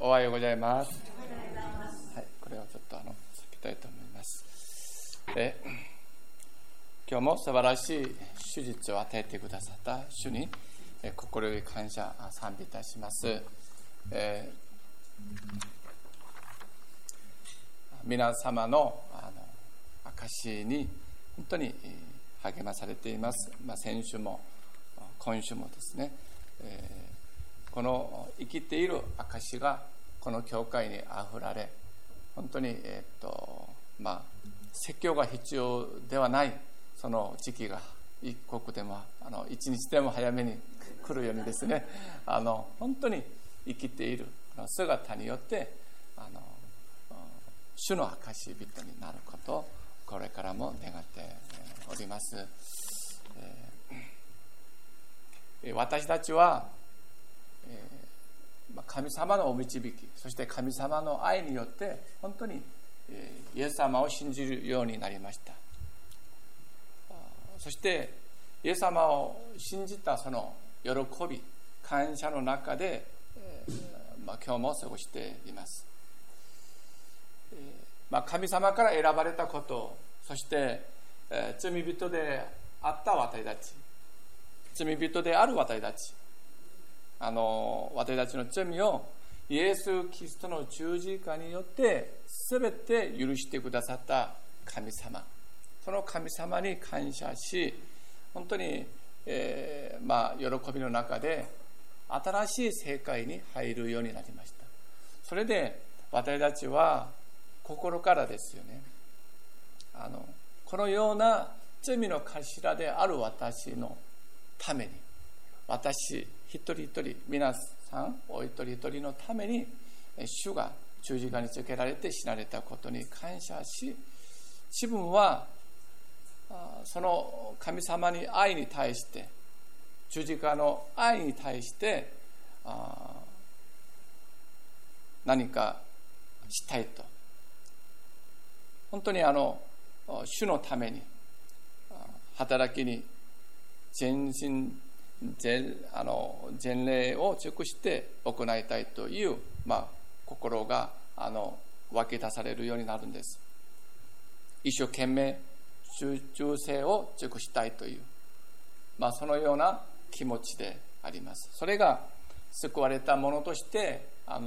おはようございます。はい、これをちょっと避けたいと思います。今日も素晴らしい手術を与えてくださった主に心より感謝賛美いたします。皆様の証に本当に励まされています。先週も今週もですね、この生きている証がこの教会にあふられ、本当に説教が必要ではないその時期が一刻でも一日でも早めに来るようにですね、本当に生きている姿によって主の証人になることをこれからも願っております。私たちは神様のお導き、そして神様の愛によって本当にイエス様を信じるようになりました。そしてイエス様を信じたその喜び、感謝の中で今日も過ごしています。神様から選ばれたこと、そして罪人であった私たち、罪人である私たち、私たちの罪をイエス・キリストの十字架によって全て許してくださった神様、その神様に感謝し、本当に、喜びの中で新しい世界に入るようになりました。それで私たちは心からですよね、このような罪の頭である私のために、私一人一人、皆さんお一人一人のために主が十字架につけられて死なれたことに感謝し、自分はその神様に愛に対して、十字架の愛に対して何かしたいと、本当に主のために働きに全身全霊を尽くして行いたいという、心が湧き出されるようになるんです。一生懸命忠誠を尽くしたいという、そのような気持ちであります。それが救われたものとして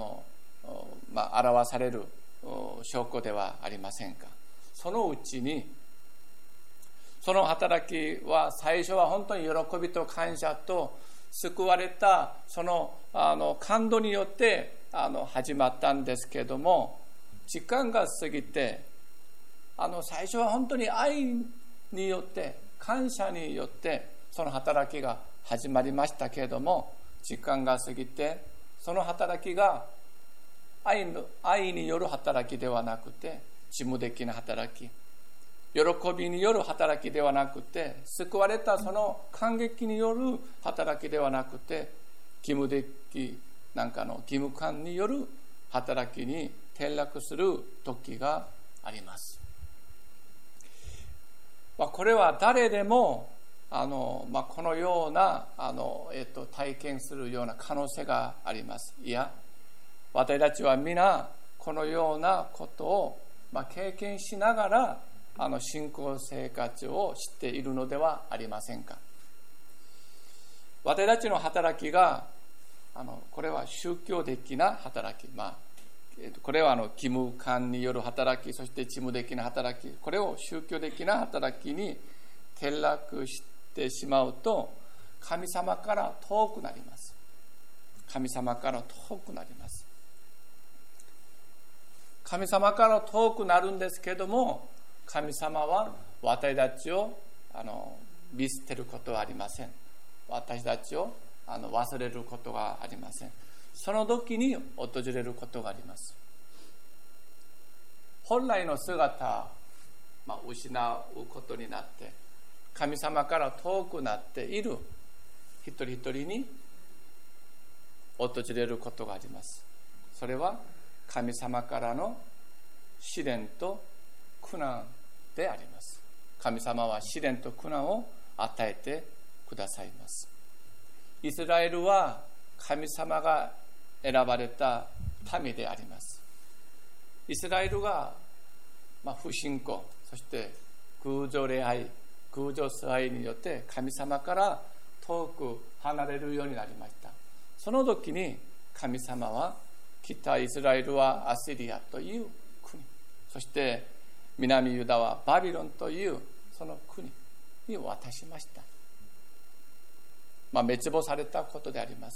表される証拠ではありませんか。そのうちにその働きは最初は本当に喜びと感謝と救われたその感動によって始まったんですけれども、時間が過ぎて最初は本当に愛によって感謝によってその働きが始まりましたけれども、時間が過ぎてその働きが愛による働きではなくて、事務的な働き、喜びによる働きではなくて、救われたその感激による働きではなくて、義務的なんかの義務感による働きに転落する時があります。これは誰でもこのような体験するような可能性があります。いや、私たちは皆このようなことを経験しながら信仰生活をしているのではありませんか。私たちの働きがこれは宗教的な働き、これは義務感による働き、そして事務的な働き、これを宗教的な働きに転落してしまうと神様から遠くなります。神様から遠くなります。神様から遠くなるんですけれども、神様は私たちを見捨てることはありません。私たちを忘れることがありません。その時に訪れることがあります。本来の姿を失うことになって神様から遠くなっている一人一人に訪れることがあります。それは神様からの試練と苦難であります。神様は試練と苦難を与えてくださいます。イスラエルは神様が選ばれた民であります。イスラエルが、不信仰、そして偶像礼拝、偶像崇拝によって神様から遠く離れるようになりました。その時に神様は北イスラエルはアシリアという国、そして南ユダはバビロンというその国に渡しました。滅亡されたことであります。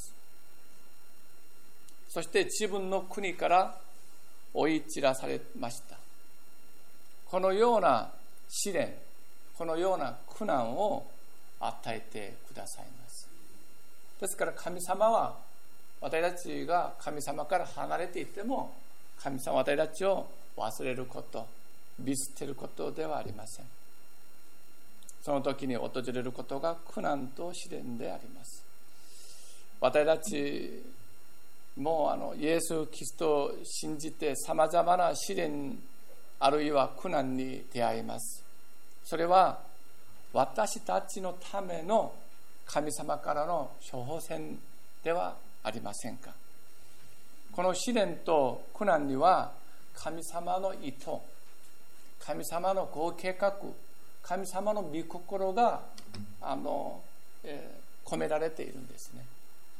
そして自分の国から追い散らされました。このような試練、このような苦難を与えてくださいます。ですから神様は私たちが神様から離れていても、神様は私たちを忘れること、見捨てることではありません。その時に訪れることが苦難と試練であります。私たちもイエス・キリストを信じてさまざまな試練あるいは苦難に出会います。それは私たちのための神様からの処方箋ではありませんか。この試練と苦難には神様の意図、神様のご計画、神様の御心が込められているんですね。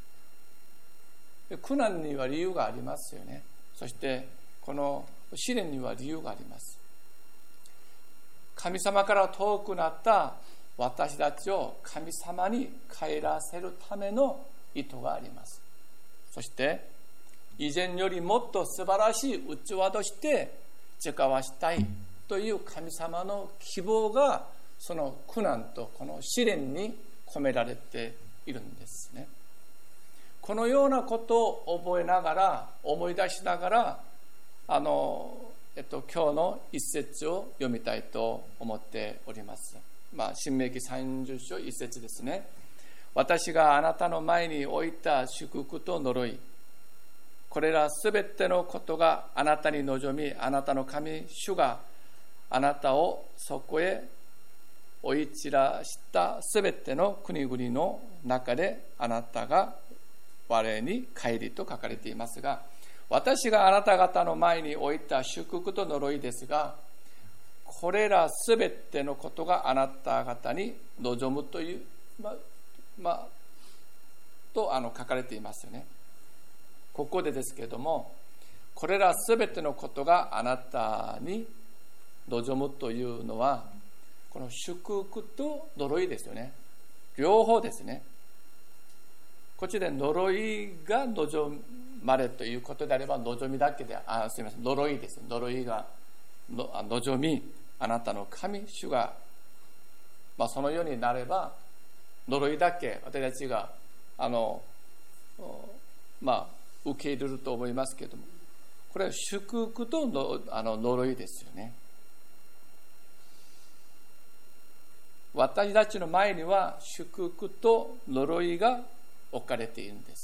苦難には理由がありますよね。そしてこの試練には理由があります。神様から遠くなった私たちを神様に帰らせるための意図があります。そして以前よりもっと素晴らしい器として使わしたいという神様の希望がその苦難とこの試練に込められているんですね。このようなことを覚えながら、思い出しながら今日の一節を読みたいと思っております。申命記30章一節ですね。私があなたの前に置いた祝福と呪い、これらすべてのことがあなたに望み、あなたの神主があなたをそこへ追い散らしたすべての国々の中であなたが我に帰りと書かれていますが、私があなた方の前に置いた祝福と呪いですが、これらすべてのことがあなた方に望むというと書かれていますよね。ここでですけれども、これらすべてのことがあなたに望むというのは、この祝福と呪いですよね。両方ですね。こっちで呪いが望まれということであれば、望みだけで、すみません、呪いです。呪いが望み、あなたの神主が、そのようになれば、呪いだけ私たちが受け入れると思いますけれども、これは祝福と呪いですよね。私たちの前には祝福と呪いが置かれているんです。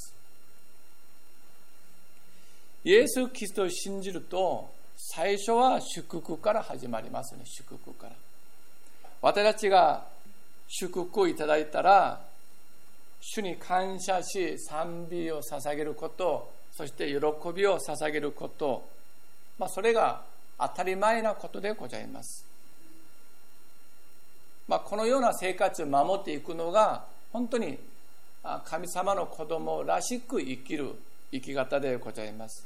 イエス・キリストを信じると、最初は祝福から始まりますね。祝福から。私たちが祝福をいただいたら、主に感謝し賛美を捧げること、そして喜びを捧げること、それが当たり前なことでございます。このような生活を守っていくのが本当に神様の子供らしく生きる生き方でございます。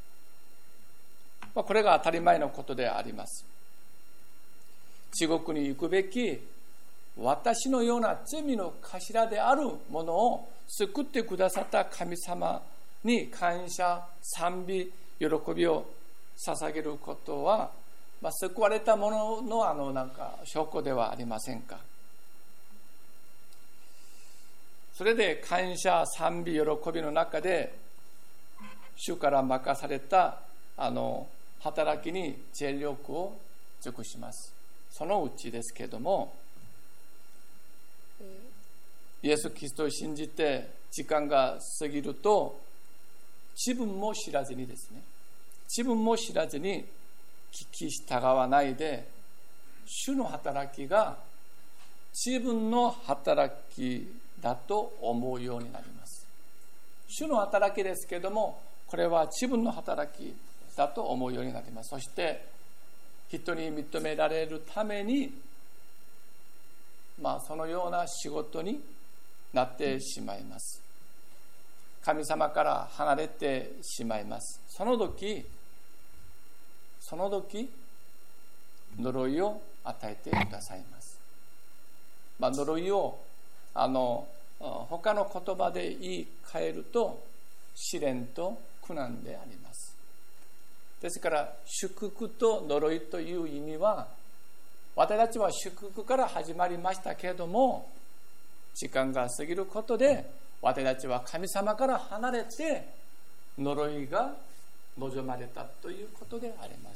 これが当たり前のことであります。地獄に行くべき私のような罪の頭であるものを救ってくださった神様に感謝、賛美、喜びを捧げることは、救われたものの証拠ではありませんか。それで感謝、賛美、喜びの中で主から任された働きに全力を尽くします。そのうちですけれども、イエス・キリストを信じて時間が過ぎると、自分も知らずにですね、自分も知らずに聞き従わないで、主の働きが自分の働きだと思うようになります。主の働きですけれども、 これは自分の働きだと思うようになります。そして人に認められるために、そのような仕事になってしまいます。神様から離れてしまいます。その時呪いを与えてくださいます。呪いを他の言葉で言い換えると試練と苦難であります。ですから祝福と呪いという意味は、私たちは祝福から始まりましたけれども、時間が過ぎることで私たちは神様から離れて呪いが望まれたということであります。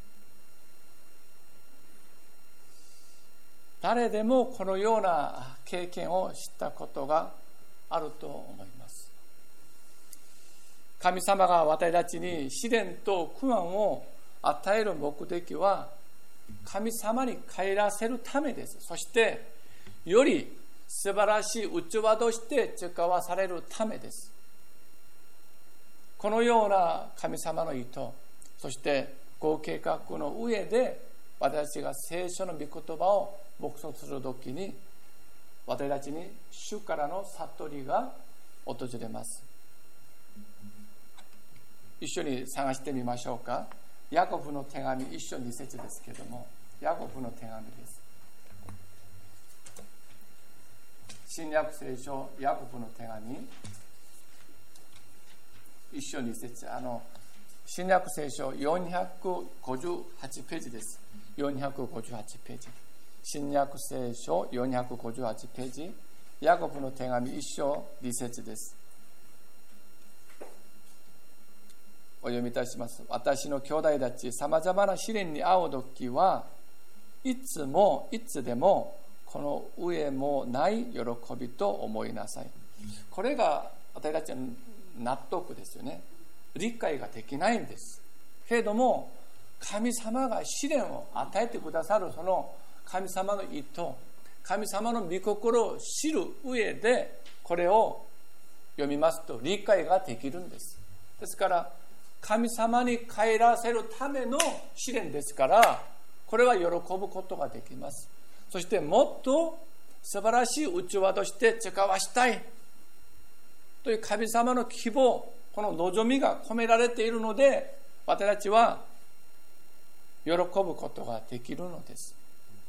誰でもこのような経験をしたことがあると思います。神様が私たちに試練と苦難を与える目的は、神様に帰らせるためです。そしてより素晴らしい器として使わされるためです。このような神様の意図、そしてご計画の上で私たちが聖書の御言葉を黙想するときに、私たちに主からの悟りが訪れます。一緒に探してみましょうか。ヤコブの手紙1章2節ですけれども、ヤコブの手紙です。新約聖書ヤコブの手紙1章2節、新約聖書458ページです。458ページ、新約聖書458ページ、ヤコブの手紙1章2節です。お読みいたします。私の兄弟たち、さまざまな試練に遭うときはいつもいつでもこの上もない喜びと思いなさい。これが私たちの納得ですよね。理解ができないんです。けれども神様が試練を与えてくださるその神様の意図、神様の御心を知る上でこれを読みますと理解ができるんです。ですから神様に帰らせるための試練ですから、これは喜ぶことができます。そしてもっと素晴らしい器として使わしたいという神様の希望、この望みが込められているので、私たちは喜ぶことができるのです。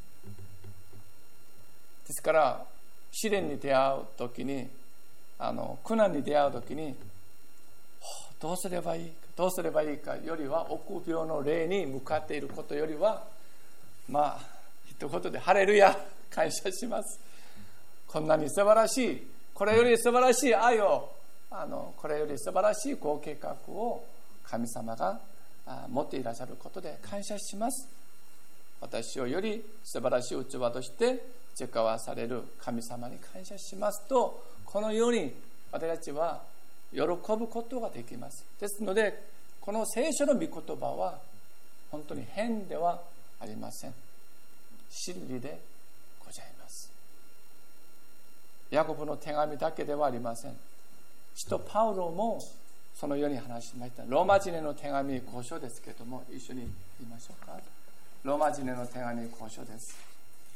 ですから試練に出会うときに、苦難に出会うときに、どうすればいいかよりは、臆病の霊に向かっていることよりは、一言でハレルヤ、感謝します。こんなに素晴らしい、これより素晴らしい愛を、これより素晴らしいご計画を神様が持っていらっしゃることで感謝します。私をより素晴らしい器として使わされる神様に感謝しますと、このように私たちは喜ぶことができます。ですのでこの聖書の御言葉は本当に変ではありません。真理でございます。ヤコブの手紙だけではありません。使徒パウロもそのように話しました。ローマ人への手紙5章ですけれども、一緒に言いましょうか。ローマ人への手紙5章です。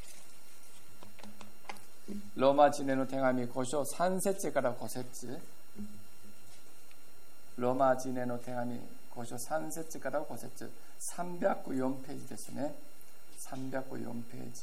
ローマ人への手紙5章3節から5節、ローマ人への手紙5章3節から5節、304ページですね。304ページ、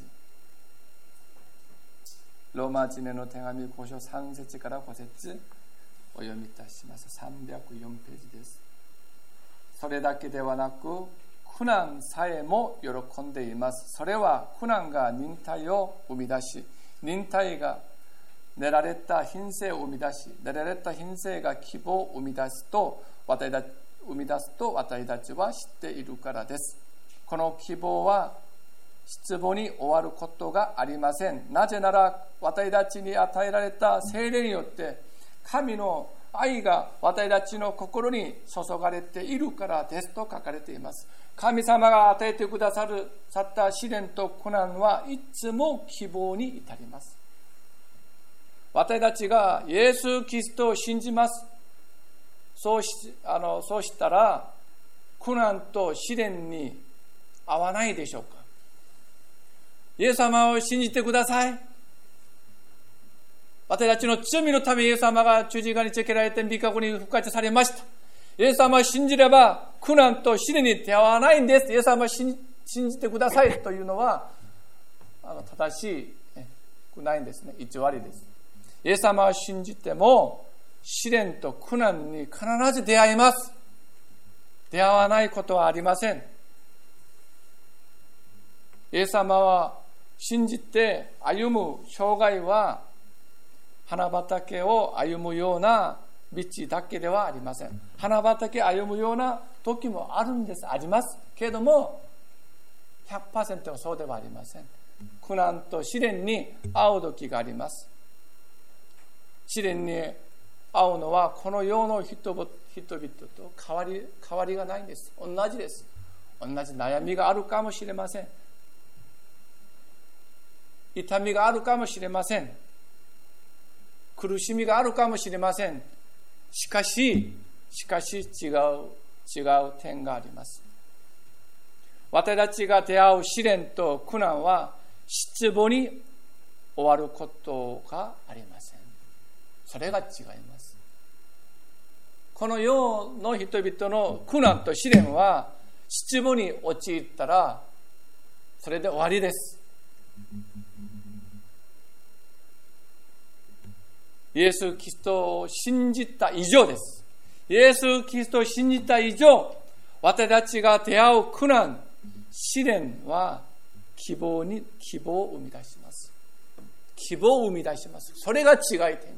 ローマ人への手紙5章3節から5節お読みいたします。304ページです。それだけではなく苦難さえも喜んでいます。それは苦難が忍耐を生み出し、忍耐が練られた品性を生み出し、練られた品性が希望を生み出すと私たちは知っているからです。この希望は失望に終わることがありません。なぜなら私たちに与えられた聖霊によって神の愛が私たちの心に注がれているからですと書かれています。神様が与えてくださった試練と苦難はいつも希望に至ります。私たちがイエス・キリストを信じます。 そうしたら苦難と試練に合わないでしょうか。イエス様を信じてください。私たちの罪のためイエス様が十字架につけられて御顔に復活されました。イエス様を信じれば苦難と試練に出会わないんです。イエス様を信じてくださいというのは正しくないんですね。偽りです。イエス様を信じても試練と苦難に必ず出会います。出会わないことはありません。イエス様は信じて歩む生涯は花畑を歩むような道だけではありません。花畑歩むような時もあるんです。ありますけれども 100% はそうではありません。苦難と試練に遭う時があります。試練に遭うのはこの世の人々と変わりがないんです。同じです。同じ悩みがあるかもしれません。痛みがあるかもしれません。苦しみがあるかもしれません。しかし違う点があります。私たちが出会う試練と苦難は失望に終わることがありません。それが違います。この世の人々の苦難と試練は失望に陥ったらそれで終わりです。イエス・キリストを信じた以上です。イエス・キリストを信じた以上、私たちが出会う苦難、試練は希望を生み出します。希望を生み出します。それが違い点です。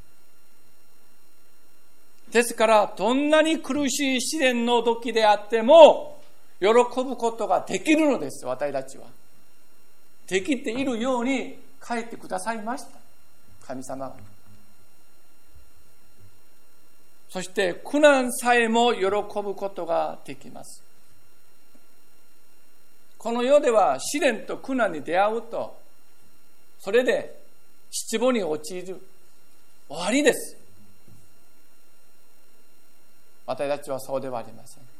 ですから、どんなに苦しい試練の時であっても、喜ぶことができるのです、私たちは。できているように書いてくださいました。神様が。そして苦難さえも喜ぶことができます。この世では試練と苦難に出会うと、それで失望に陥る。終わりです。私たちはそうではありません。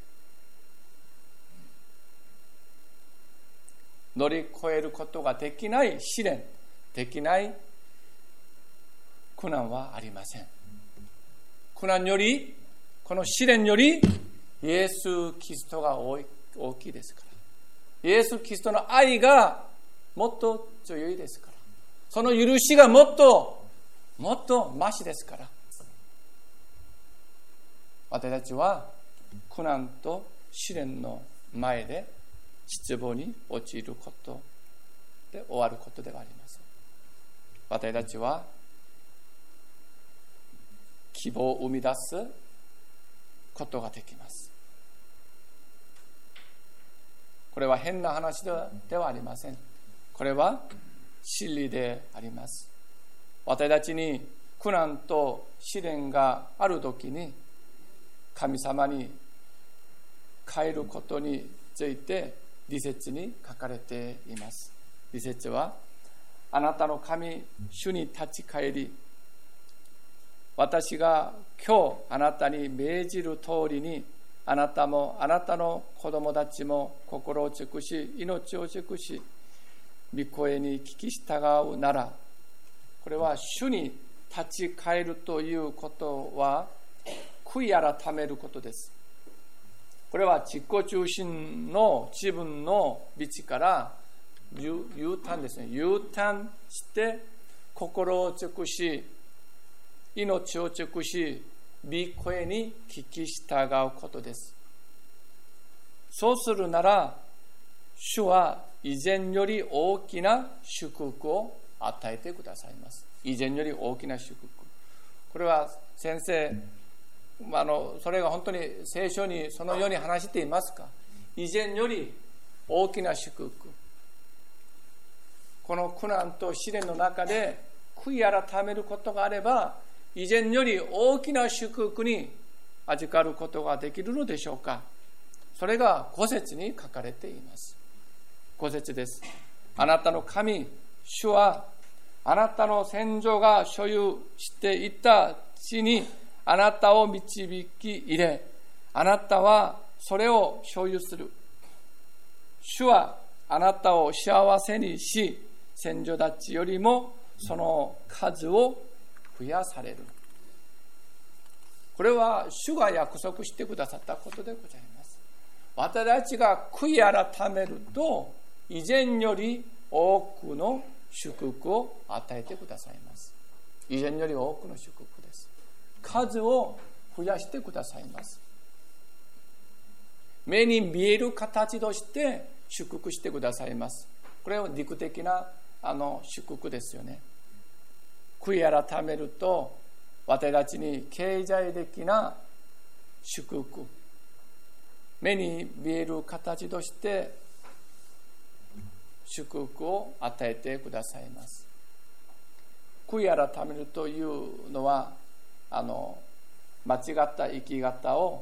乗り越えることができない試練、できない苦難はありません。苦難より、この試練より、イエス・キリストが大きいですから。イエス・キリストの愛がもっと強いですから。その許しがもっと増しですから。私たちは苦難と試練の前で失望に陥ることで終わることではありません。私たちは希望を生み出すことができます。これは変な話ではありません。これは真理であります。私たちに苦難と試練があるときに神様に帰ることについて理節に書かれています。理節は、あなたの神主に立ち返り、私が今日あなたに命じる通りに、あなたもあなたの子供たちも心を尽くし、命を尽くし、御声に聞き従うなら、これは主に立ち返るということは、悔い改めることです。これは自己中心の自分の道から U ターンですね。U ターンして心を尽くし、命を尽くし、御声に聞き従うことです。そうするなら、主は以前より大きな祝福を与えてくださいます。以前より大きな祝福。これは先生、それが本当に聖書にそのように話していますか？以前より大きな祝福。この苦難と試練の中で悔い改めることがあれば、以前より大きな祝福に預かることができるのでしょうか？それが5節に書かれています。5節です。あなたの神、主はあなたの先祖が所有していた地にあなたを導き入れ、あなたはそれを所有する。主はあなたを幸せにし、先祖たちよりもその数を増やされる。これは主が約束してくださったことでございます。私たちが悔い改めると、以前より多くの祝福を与えてくださいます。以前より多くの祝福です。数を増やしてくださいます。目に見える形として祝福してくださいます。これは肉的な祝福ですよね。悔い改めると、私たちに経済的な祝福、目に見える形として祝福を与えてくださいます。悔い改めるというのは、間違った生き方を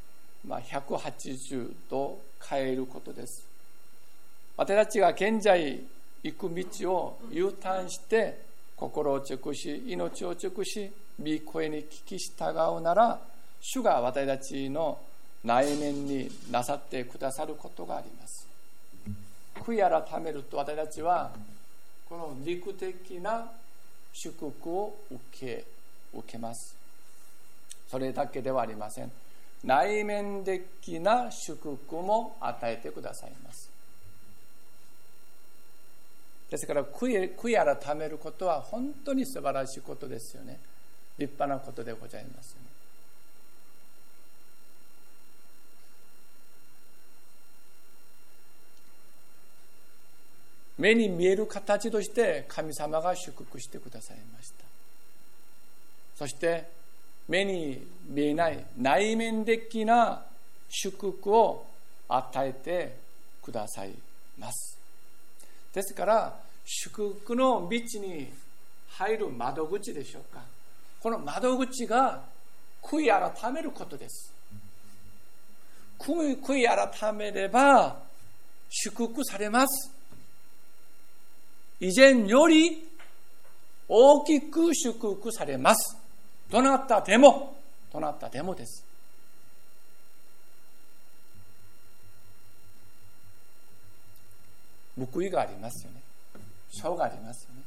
180度変えることです。私たちが現在行く道を U ターンして、心を尽くし、命を尽くし、御声に聞き従うなら、主が私たちの内面になさってくださることがあります。悔い改めると、私たちはこの肉的な祝福を受けます。それだけではありません。内面的な祝福も与えてくださいます。ですから悔い改めることは本当に素晴らしいことですよね。立派なことでございますよね。目に見える形として神様が祝福してくださいました。そして目に見えない内面的な祝福を与えてくださいます。ですから祝福の道に入る窓口でしょうか。この窓口が悔い改めることです。悔い改めれば祝福されます。以前より大きく祝福されます。どなたでもです。報いがありますよね。賞がありますよね。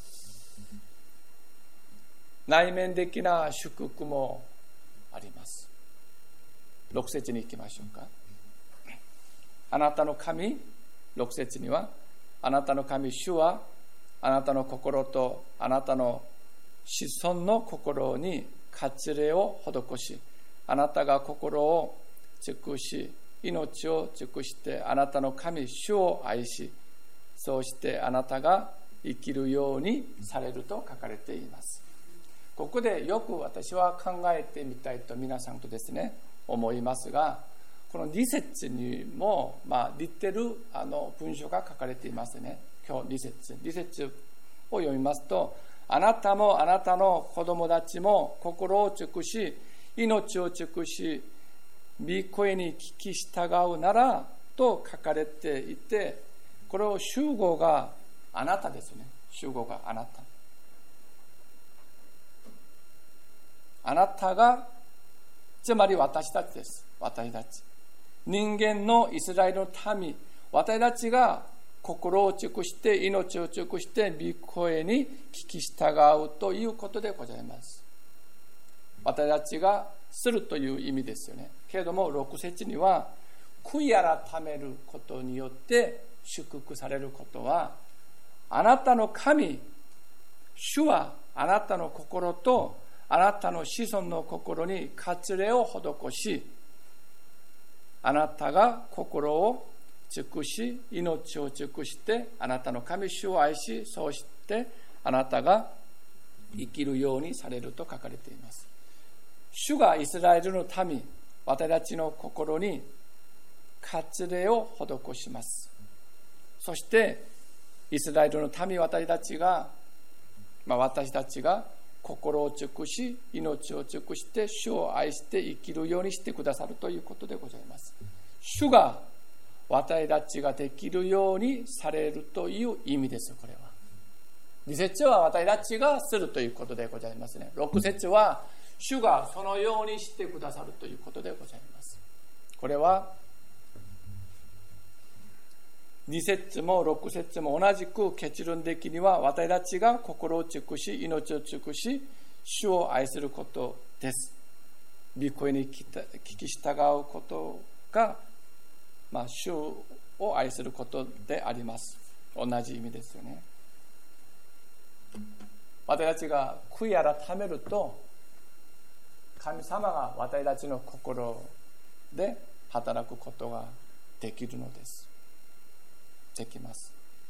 内面的な祝福もあります。6節に行きましょうか。あなたの神、6節には、あなたの神主はあなたの心とあなたの子孫の心に割礼を施し、あなたが心を尽くし、命を尽くしてあなたの神主を愛し、そうしてあなたが生きるようにされると書かれています。ここでよく私は考えてみたいと皆さんとですね思いますが、この2節にも似てる文章が書かれていますね。今日2節を読みますと、あなたもあなたの子供たちも心を尽くし、命を尽くし、御声に聞き従うならと書かれていて、これを主語があなたですね。主語があなた。あなたが、つまり私たちです。私たち。人間のイスラエルの民、私たちが心を尽くして、命を尽くして、御声に聞き従うということでございます。私たちがするという意味ですよね。けれども、6節には、悔い改めることによって祝福されることは、あなたの神、主はあなたの心とあなたの子孫の心に割礼を施し、あなたが心を尽くし、命を尽くして、あなたの神主を愛し、そうしてあなたが生きるようにされると書かれています。主がイスラエルの民、私たちの心に割礼を施します。そしてイスラエルの民、私たちが心を尽くし、命を尽くして主を愛して生きるようにしてくださるということでございます。主が私たちができるようにされるという意味です。これは2節は私たちがするということでございますね。6節は主がそのようにしてくださるということでございます。これは2節も6節も同じく結論的には私たちが心を尽くし命を尽くし主を愛することです。御声に聞き従うことが、主を愛することであります。同じ意味ですよね。私たちが悔い改めると神様が私たちの心で働くことができるのです。できます。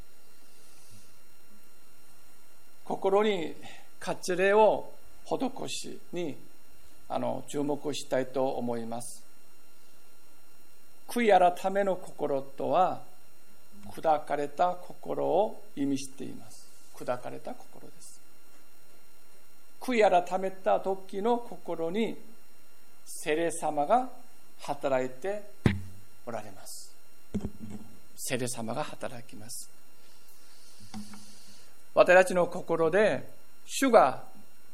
心に割礼を施しに注目したいと思います。悔い改めの心とは砕かれた心を意味しています。砕かれた心です。悔い改めた時の心に聖霊様が働いておられます。聖霊様が働きます。私たちの心で主が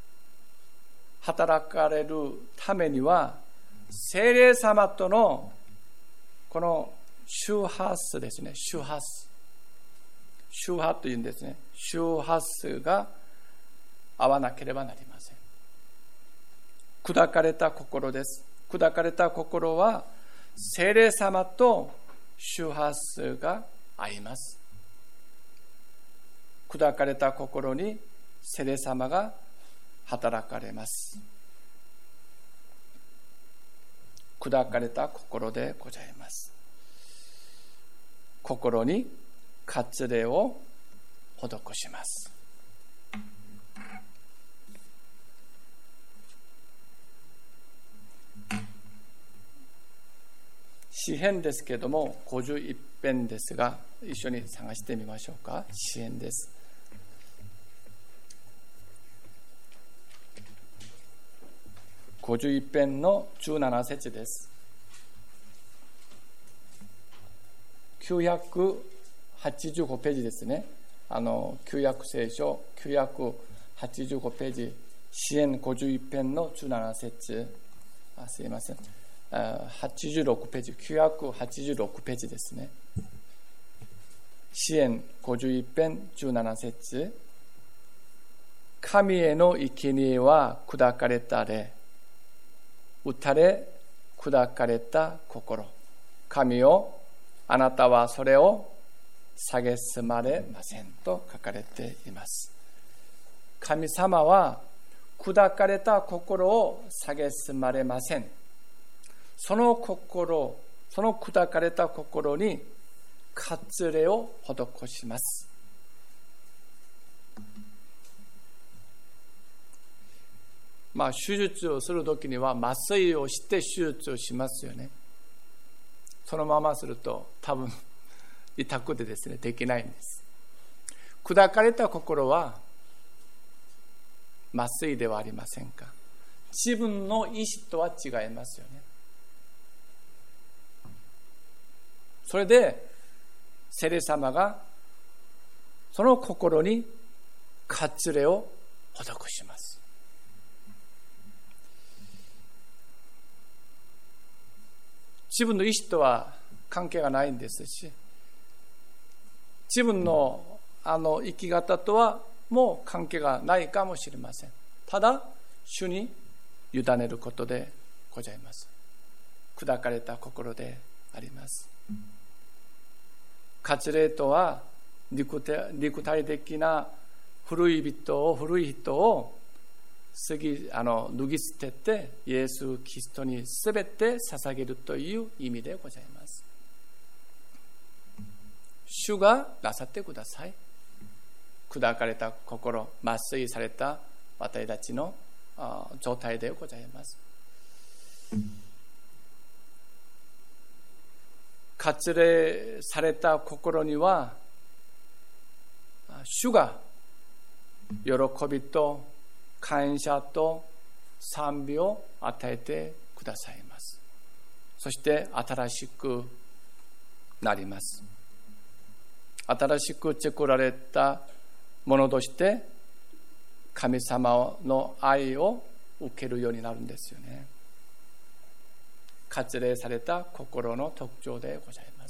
働かれるためには聖霊様とのこの周波数ですね。周波というんですね。周波数が合わなければなりません。砕かれた心です。砕かれた心は聖霊様と周波数が合います。砕かれた心に聖霊様が働かれます。砕かれた心でございます。心に割礼を施します。詩編ですけれども51編ですが、一緒に探してみましょうか。詩編です。51編の17節です。985ページですね。旧約聖書985ページ、詩編51編の17節、すいません、86ページ、986ページですね。詩編51編17節、神への生贄は砕かれた霊、打たれ砕かれた心、神よ、あなたはそれを蔑まれませんと書かれています。神様は砕かれた心を蔑まれません。その砕かれた心に割礼を施します。手術をするときには麻酔をして手術をしますよね。そのまますると多分痛くてですね、できないんです。砕かれた心は麻酔ではありませんか。自分の意志とは違いますよね。それで聖霊様がその心に割礼を施します。自分の意志とは関係がないんですし、自分の生き方とはもう関係がないかもしれません。ただ主に委ねることでございます。砕かれた心であります。割礼とは肉体的な古い人を脱ぎ捨ててイエス・キリストにすべて捧げるという意味でございます。主がなさってください。砕かれた心、麻酔された私たちの状態でございます。割礼された心には主が喜びと感謝と賛美を与えてくださいます。そして新しくなります。新しく作られたものとして神様の愛を受けるようになるんですよね。割礼された心の特徴でございます。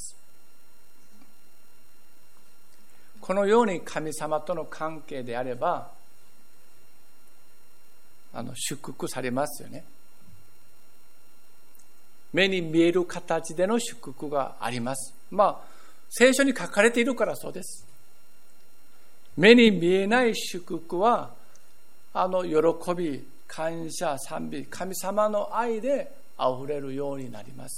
このように神様との関係であれば祝福されますよね。目に見える形での祝福があります。聖書に書かれているからそうです。目に見えない祝福は喜び、感謝、賛美、神様の愛であふれるようになります。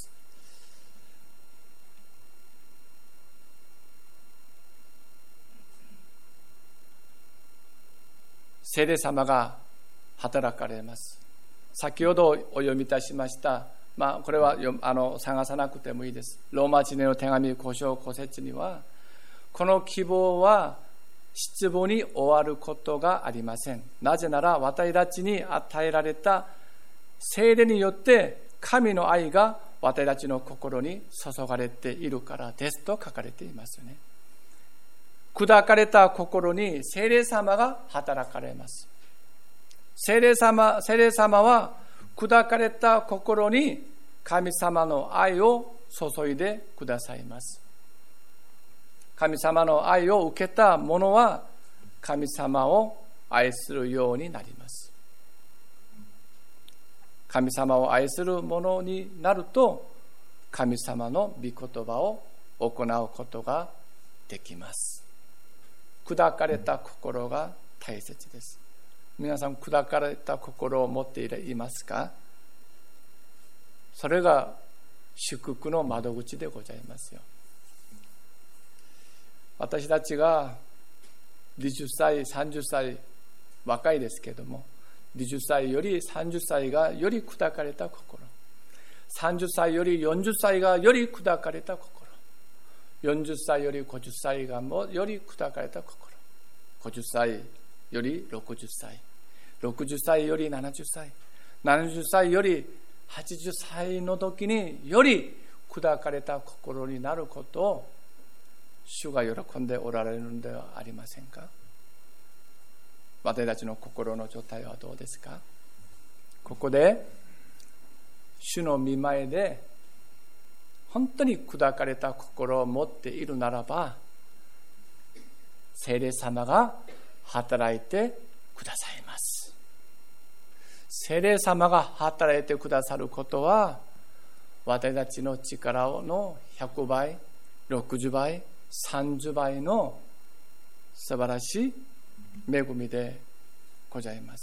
聖霊様が働かれます。先ほどお読みいたしました、これは探さなくてもいいです。ローマ人への手紙5章5節には、この希望は失望に終わることがありません。なぜなら私たちに与えられた聖霊によって神の愛が私たちの心に注がれているからですと書かれていますよね。砕かれた心に聖霊様が働かれます。聖霊様は砕かれた心に神様の愛を注いでくださいます。神様の愛を受けた者は神様を愛するようになります。神様を愛する者になると神様の御言葉を行うことができます。砕かれた心が大切です。皆さん、砕かれた心を持っていますか？それが祝福の窓口でございますよ。私たちが20歳、30歳、若いですけども、20歳より30歳がより砕かれた心、30歳より40歳がより砕かれた心、40歳より50歳がより砕かれた心、50歳より60歳、60歳より70歳、70歳より80歳の時により砕かれた心になることを主が喜んでおられるのではありませんか？私たちの心の状態はどうですか？ここで主の御前で本当に砕かれた心を持っているならば、聖霊様が働いてくださいます。聖霊様が働いてくださることは、私たちの力の100倍、60倍、30倍の素晴らしい恵みでございます。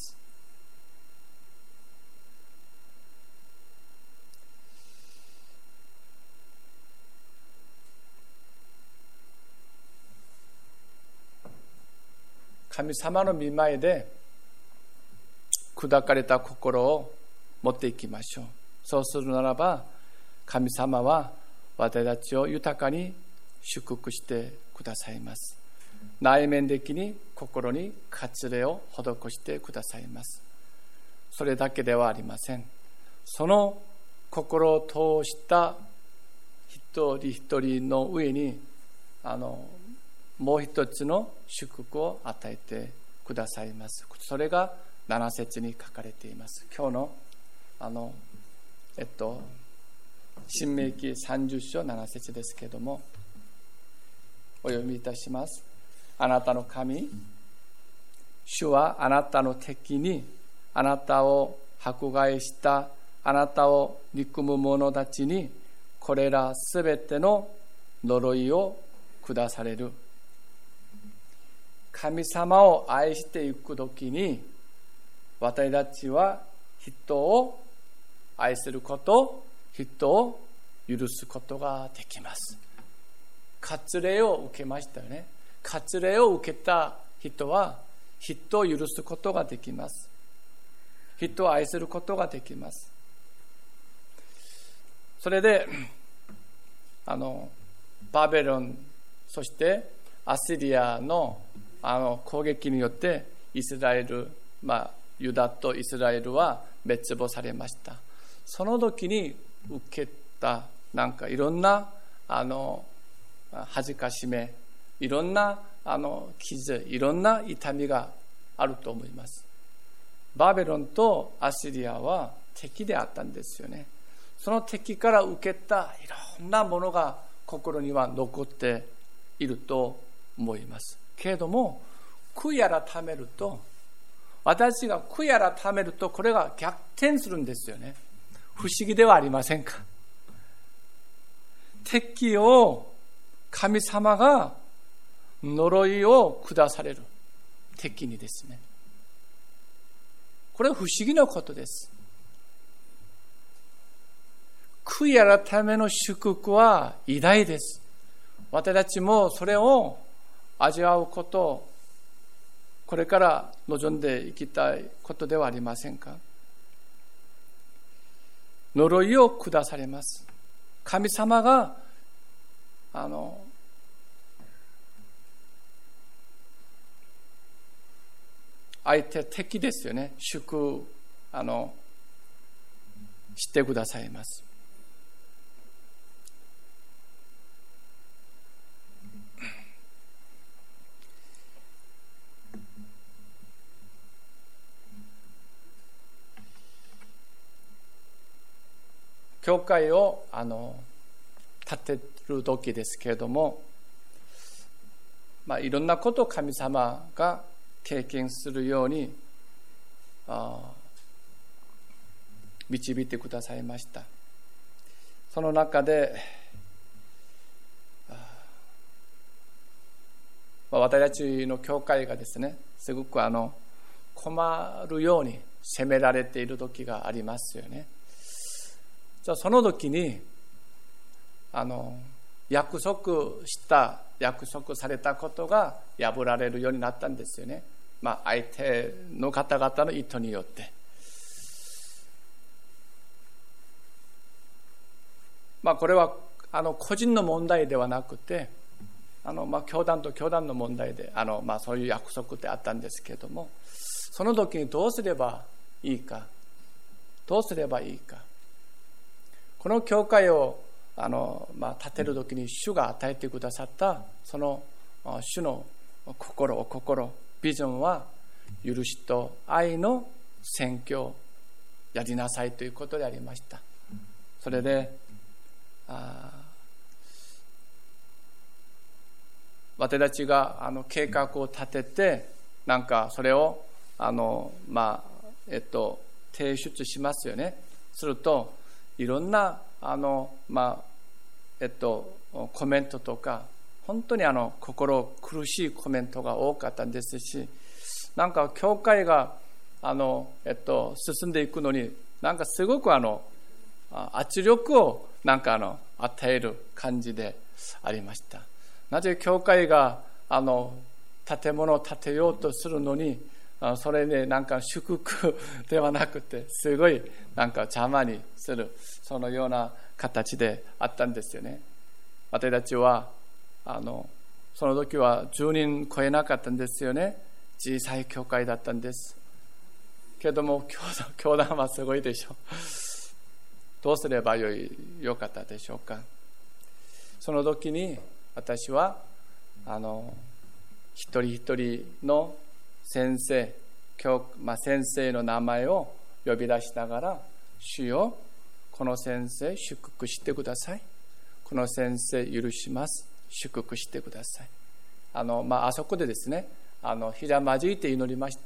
神様の御前で砕かれた心を持っていきましょう。そうするならば、神様は私たちを豊かに祝福してくださいます。内面的に心に割礼を施してくださいます。それだけではありません。その心を通した一人一人の上にもう一つの祝福を与えてくださいます。それが7節に書かれています。今日の申命記30章7節ですけれども、お読みいたします。あなたの神、主はあなたの敵に、あなたを迫害したあなたを憎む者たちに、これらすべての呪いを下される。神様を愛していくときに、私たちは人を愛すること、人を許すことができます。割礼を受けましたよね。割礼を受けた人は人を許すことができます。人を愛することができます。それでバベロン、そしてアッシリアの攻撃によってイスラエル、ユダとイスラエルは滅亡されました。その時に受けたいろんな恥かしめ、いろんな傷、いろんな痛みがあると思います。 バベロンとアッシリアは敵であったんですよね。その敵から受けたいろんなものが心には残っていると思います。けれども、悔い改めると、私が悔い改めると、これが逆転するんですよね。不思議ではありませんか。敵を神様が呪いを下される敵にですね。これは不思議なことです。悔い改めの祝福は偉大です。私たちもそれを味わうこと、これから望んでいきたいことではありませんか。呪いを下されます。神様が相手敵ですよね。祝してくださいます。教会を建てる時ですけれども、いろんなことを神様が経験するように導いてくださいました。その中で私たちの教会がですね、すごく困るように責められている時がありますよね。じゃあその時に約束されたことが破られるようになったんですよね。相手の方々の意図によって。これは個人の問題ではなくて、教団と教団の問題でそういう約束ってあったんですけれども、その時にどうすればいいか。この教会を建てる時に主が与えてくださったその主の心、ビジョンは許しと愛の宣教をやりなさいということでありました。それで私たちが計画を立ててそれを提出しますよね。するといろんなコメントとか本当に心苦しいコメントが多かったんですし、教会が進んでいくのにすごく圧力を与える感じでありました。なぜ教会が建物を建てようとするのにそれで祝福ではなくてすごい邪魔にする、そのような形であったんですよね。私たちはその時は10人超えなかったんですよね。小さい教会だったんですけども、教団はすごいでしょう。どうすればよかったでしょうか。その時に私は一人一人の先生の名前を呼び出しながら、主よ、この先生祝福してください、この先生許します、祝福してください。あそこでですね、ひざまずいて祈りました。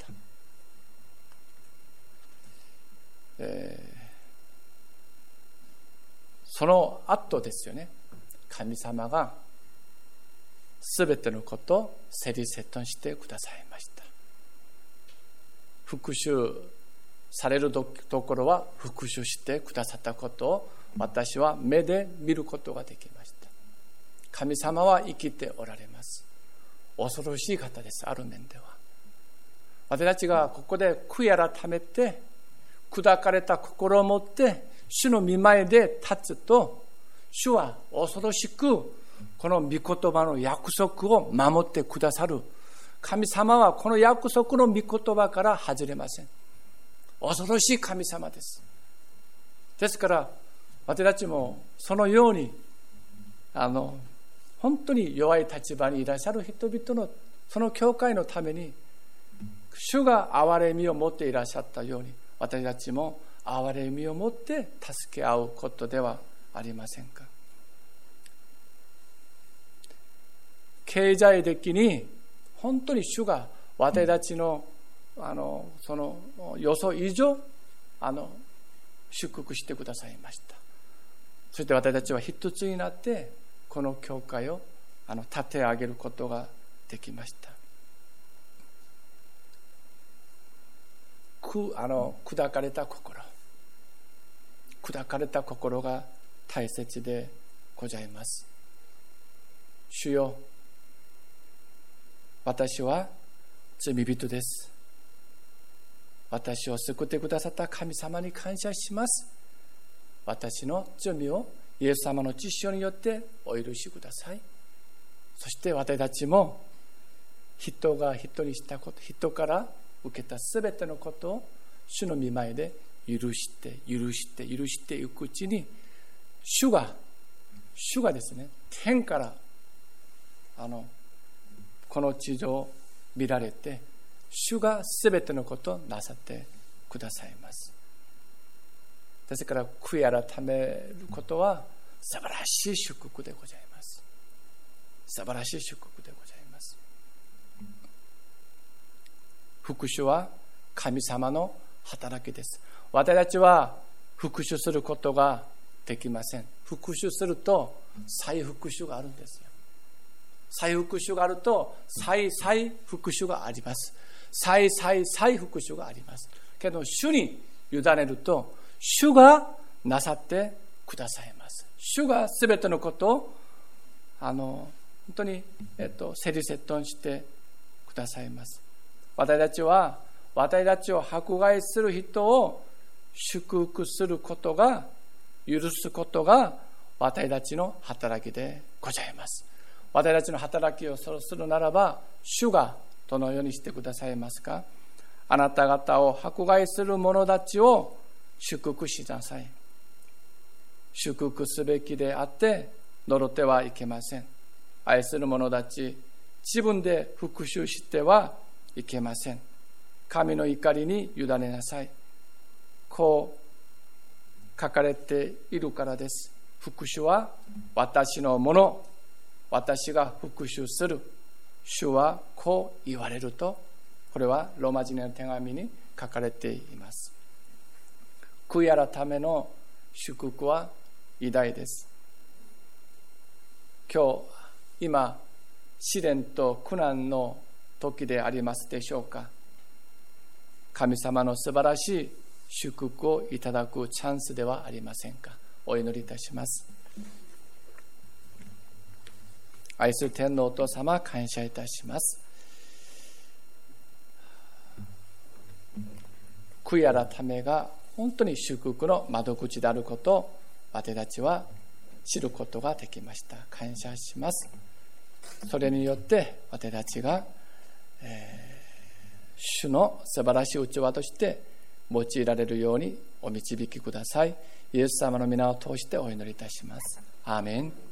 その後ですよね、神様がすべてのことを整理整頓してくださいました。復讐されるところは復讐してくださったことを私は目で見ることができました。神様は生きておられます。恐ろしい方です。ある面では私たちがここで悔い改めて砕かれた心を持って主の御前で立つと、主は恐ろしくこの御言葉の約束を守ってくださる。神様はこの約束の御言葉から外れません。恐ろしい神様です。ですから私たちもそのように本当に弱い立場にいらっしゃる人々のその教会のために主が憐れみを持っていらっしゃったように、私たちも憐れみを持って助け合うことではありませんか。経済的に本当に主が私たちのその予想以上祝福してくださいました。そして私たちは一つになってこの教会を立て上げることができました。砕かれた心が大切でございます。主よ、私は罪人です。私を救ってくださった神様に感謝します。私の罪をイエス様の血潮によってお許しください。そして私たちも人が人にしたこと、人から受けたすべてのことを主の御前で許していくうちに、主がですね、天からこの地上を見られて、主がすべてのことをなさってくださいます。ですから悔い改めることは素晴らしい祝福でございます。素晴らしい祝福でございます。復讐は神様の働きです。私たちは復讐することができません。復讐すると再復讐があるんですよ。再復讐があると再復讐があります。再復讐があります。けど主に委ねると主がなさってくださいます。主がすべてのことを本当に整理整頓してくださいます。私たちは私たちを迫害する人を祝福することが、許すことが私たちの働きでございます。私たちの働きをそうするならば、主がどのようにしてくださいますか。あなた方を迫害する者たちを祝福しなさい。祝福すべきであって呪ってはいけません。愛する者たち、自分で復讐してはいけません。神の怒りに委ねなさい。こう書かれているからです。復讐は私のもの、私が復讐する。主はこう言われると、これはローマ人の手紙に書かれています。悔い改めの祝福は偉大です。今試練と苦難の時でありますでしょうか。神様の素晴らしい祝福をいただくチャンスではありませんか。お祈りいたします。愛する天のお父様、感謝いたします。悔い改めが本当に祝福の窓口であることを私たちは知ることができました。感謝します。それによって私たちが、主の素晴らしい器として用いられるようにお導きください。イエス様の皆を通してお祈りいたします。アーメン。